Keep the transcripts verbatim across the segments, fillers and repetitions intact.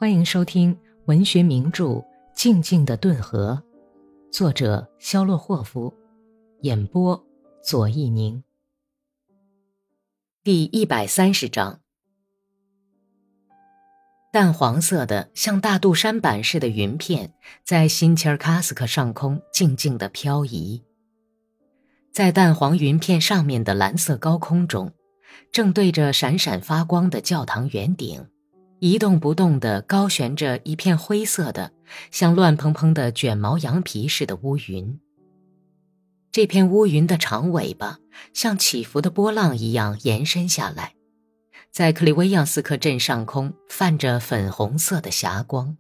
欢迎收听文学名著《静静的顿河》，作者肖洛霍夫，演播左一宁。第一百三十章。淡黄色的像大肚山板似的云片在新切尔卡斯克上空静静地飘移。在淡黄云片上面的蓝色高空中，正对着闪闪发光的教堂圆顶，一动不动地高悬着一片灰色的像乱蓬蓬的卷毛羊皮似的乌云。这片乌云的长尾巴像起伏的波浪一样延伸下来，在克里维扬斯克镇上空泛着粉红色的霞光。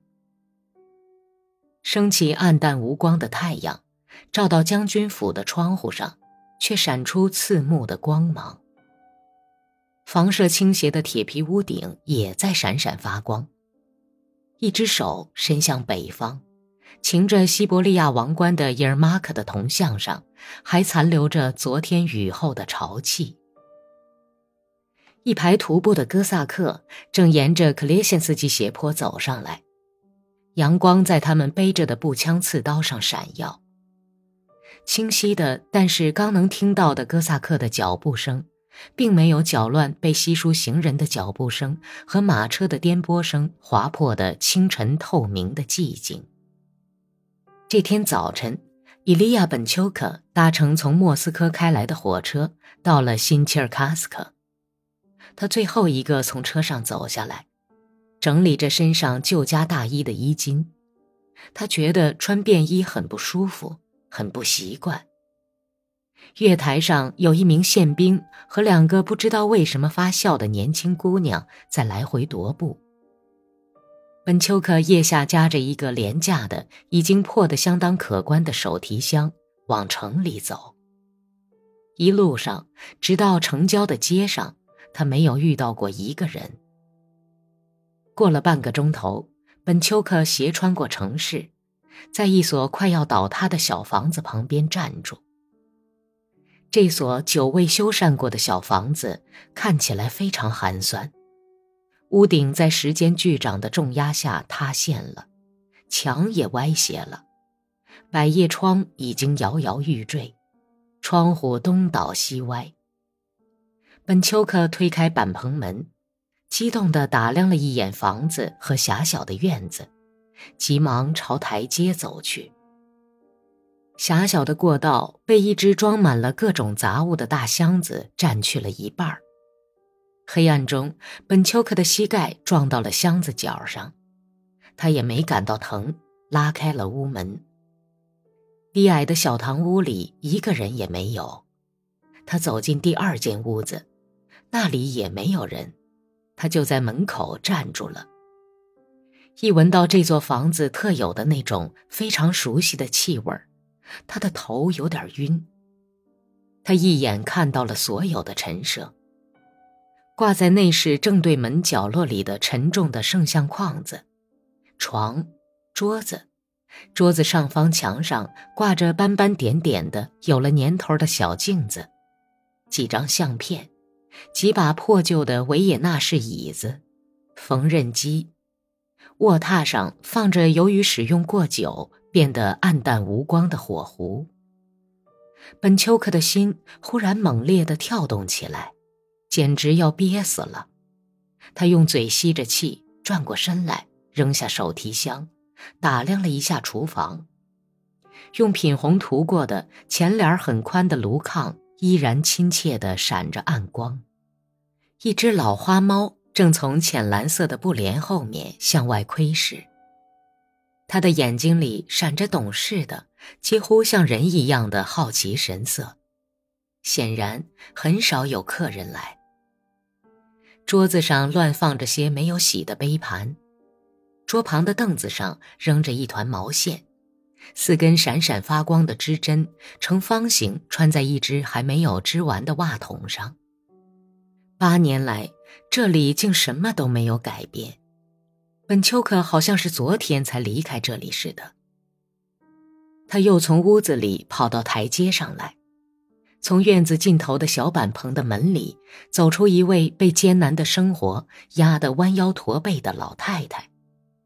升起暗淡无光的太阳照到将军府的窗户上，却闪出刺目的光芒。房舍倾斜的铁皮屋顶也在闪闪发光，一只手伸向北方，擎着西伯利亚王冠的伊尔马克的铜像上还残留着昨天雨后的潮气。一排徒步的哥萨克正沿着克列谢斯基斜坡走上来，阳光在他们背着的步枪刺刀上闪耀。清晰的但是刚能听到的哥萨克的脚步声并没有搅乱被稀疏行人的脚步声和马车的颠簸声划破的清晨透明的寂静。这天早晨，伊利亚本丘克搭乘从莫斯科开来的火车到了新切尔卡斯克。他最后一个从车上走下来，整理着身上旧家大衣的衣襟。他觉得穿便衣很不舒服，很不习惯。月台上有一名宪兵和两个不知道为什么发笑的年轻姑娘在来回踱步。本丘克腋下夹着一个廉价的已经破得相当可观的手提箱往城里走。一路上直到城郊的街上，他没有遇到过一个人。过了半个钟头，本丘克斜穿过城市，在一所快要倒塌的小房子旁边站住。这所久未修缮过的小房子看起来非常寒酸，屋顶在时间巨掌的重压下塌陷了，墙也歪斜了，百叶窗已经摇摇欲坠，窗户东倒西歪。本丘克推开板棚门，激动地打量了一眼房子和狭小的院子，急忙朝台阶走去。狭小的过道被一只装满了各种杂物的大箱子占去了一半。黑暗中，本丘克的膝盖撞到了箱子角上，他也没感到疼，拉开了屋门。低矮的小堂屋里一个人也没有。他走进第二间屋子，那里也没有人，他就在门口站住了。一闻到这座房子特有的那种非常熟悉的气味，他的头有点晕。他一眼看到了所有的陈设，挂在内室正对门角落里的沉重的圣像框子，床，桌子，桌子上方墙上挂着斑斑点点的有了年头的小镜子，几张相片，几把破旧的维也纳式椅子，缝纫机，卧榻上放着由于使用过久变得暗淡无光的火壶。本丘克的心忽然猛烈地跳动起来，简直要憋死了。他用嘴吸着气，转过身来，扔下手提箱，打量了一下厨房。用品红涂过的前帘很宽的炉炕依然亲切地闪着暗光。一只老花猫正从浅蓝色的布帘后面向外窥视，他的眼睛里闪着懂事的几乎像人一样的好奇神色。显然很少有客人来。桌子上乱放着些没有洗的杯盘，桌旁的凳子上扔着一团毛线，四根闪闪发光的织针呈方形穿在一只还没有织完的袜筒上。八年来，这里竟什么都没有改变。本丘克好像是昨天才离开这里似的。他又从屋子里跑到台阶上来，从院子尽头的小板棚的门里走出一位被艰难的生活压得弯腰驼背的老太太。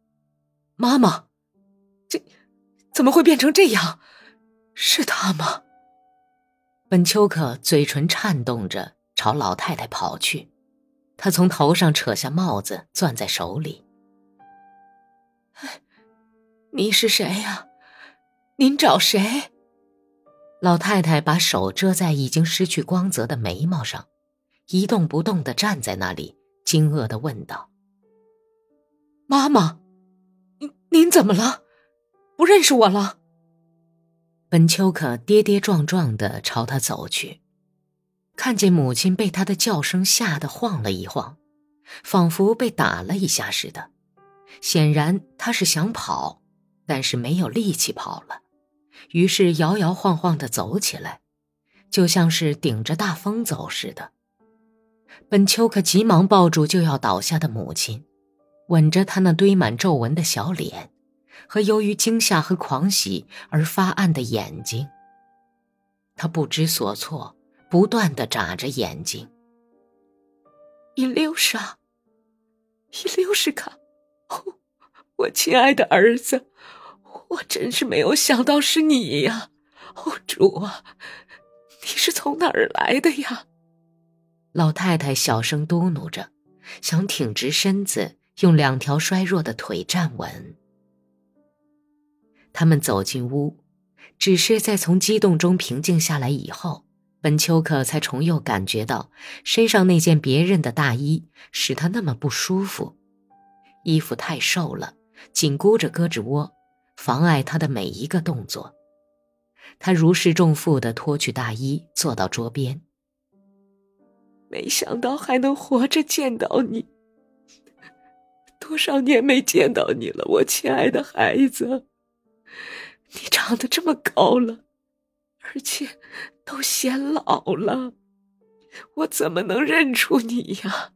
妈妈，这怎么会变成这样？是他吗？本丘克嘴唇颤动着朝老太太跑去，他从头上扯下帽子攥在手里。你是谁呀？您找谁？老太太把手遮在已经失去光泽的眉毛上，一动不动地站在那里，惊愕地问道：妈妈，您您怎么了？不认识我了？本丘克跌跌撞撞地朝他走去，看见母亲被他的叫声吓得晃了一晃，仿佛被打了一下似的。显然他是想跑，但是没有力气跑了，于是摇摇晃晃地走起来，就像是顶着大风走似的。本丘克急忙抱住就要倒下的母亲，吻着她那堆满皱纹的小脸和由于惊吓和狂喜而发暗的眼睛。他不知所措，不断地眨着眼睛。伊溜莎，伊溜什卡，哦，我亲爱的儿子，我真是没有想到是你呀！哦，主啊，你是从哪儿来的呀？老太太小声嘟哝着，想挺直身子，用两条衰弱的腿站稳。他们走进屋，只是在从激动中平静下来以后，本丘克才重又感觉到身上那件别人的大衣使他那么不舒服。衣服太瘦了，紧箍着胳肢窝，妨碍他的每一个动作。他如释重负地脱去大衣，坐到桌边。没想到还能活着见到你，多少年没见到你了，我亲爱的孩子。你长得这么高了，而且都显老了，我怎么能认出你呀？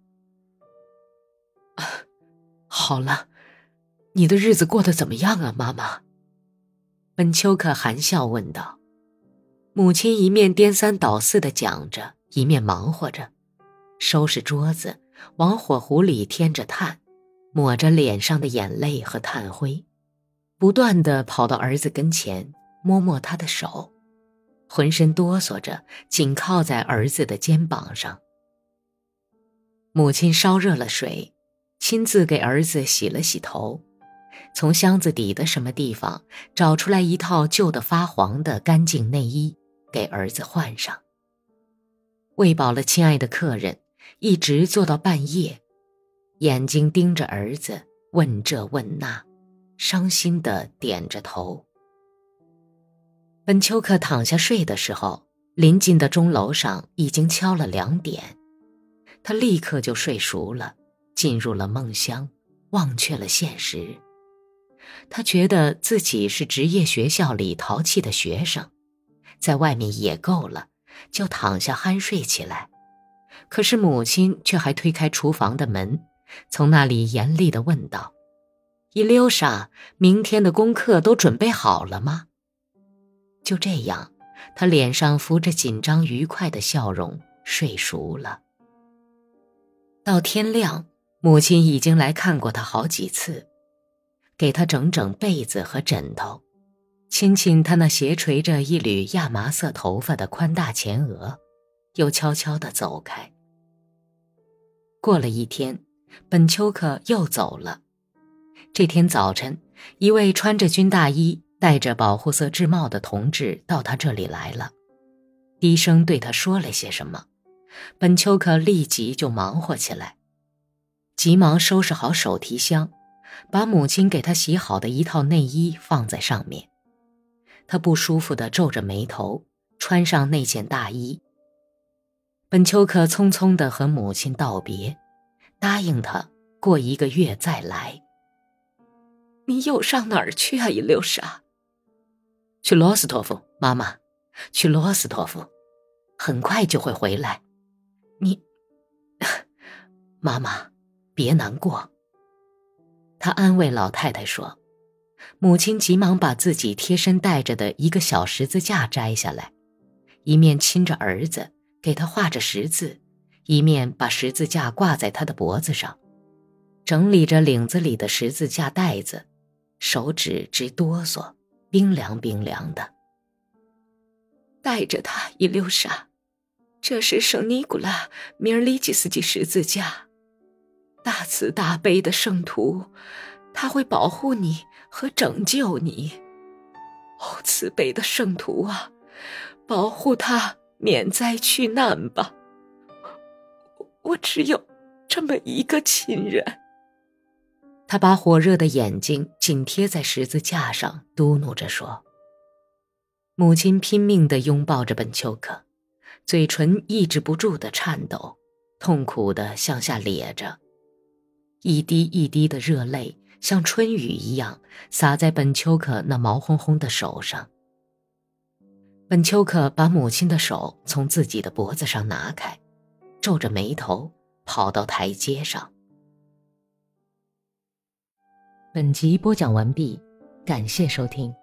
好了，你的日子过得怎么样啊，妈妈？本丘克含笑问道。母亲一面颠三倒四地讲着，一面忙活着，收拾桌子，往火壶里添着炭，抹着脸上的眼泪和炭灰，不断地跑到儿子跟前，摸摸他的手，浑身哆嗦着，紧靠在儿子的肩膀上。母亲烧热了水，亲自给儿子洗了洗头，从箱子底的什么地方找出来一套旧得发黄的干净内衣，给儿子换上。喂饱了亲爱的客人，一直坐到半夜，眼睛盯着儿子，问这问那，伤心地点着头。本丘克躺下睡的时候，临近的钟楼上已经敲了两点，他立刻就睡熟了，进入了梦乡，忘却了现实。他觉得自己是职业学校里淘气的学生，在外面也够了，就躺下酣睡起来。可是母亲却还推开厨房的门，从那里严厉地问道：伊溜莎，明天的功课都准备好了吗？就这样，他脸上浮着紧张愉快的笑容，睡熟了。到天亮，母亲已经来看过他好几次，给他整整被子和枕头，亲亲他那斜垂着一缕亚麻色头发的宽大前额，又悄悄地走开。过了一天，本丘克又走了。这天早晨，一位穿着军大衣戴着保护色制帽的同志到他这里来了，低声对他说了些什么，本丘克立即就忙活起来，急忙收拾好手提箱，把母亲给他洗好的一套内衣放在上面。他不舒服地皱着眉头，穿上那件大衣。本丘克匆匆地和母亲道别，答应他过一个月再来。你又上哪儿去啊，伊溜莎？去罗斯托夫，妈妈，去罗斯托夫，很快就会回来。你，妈妈，别难过。他安慰老太太说。母亲急忙把自己贴身带着的一个小十字架摘下来，一面亲着儿子，给他画着十字，一面把十字架挂在他的脖子上，整理着领子里的十字架带子， 手指直哆嗦，冰凉冰凉的。 带着它，伊留莎，这是圣尼古拉米尔利基斯基十字架，大慈大悲的圣徒，他会保护你和拯救你。哦，慈悲的圣徒啊，保护他免灾去难吧。我只有这么一个亲人。 他把火热的眼睛紧贴在十字架上，嘟哝着说。母亲拼命地拥抱着本丘克，嘴唇抑制不住地颤抖，痛苦地向下咧着，一滴一滴的热泪像春雨一样洒在本丘克那毛烘烘的手上。本丘克把母亲的手从自己的脖子上拿开，皱着眉头跑到台阶上。本集播讲完毕，感谢收听。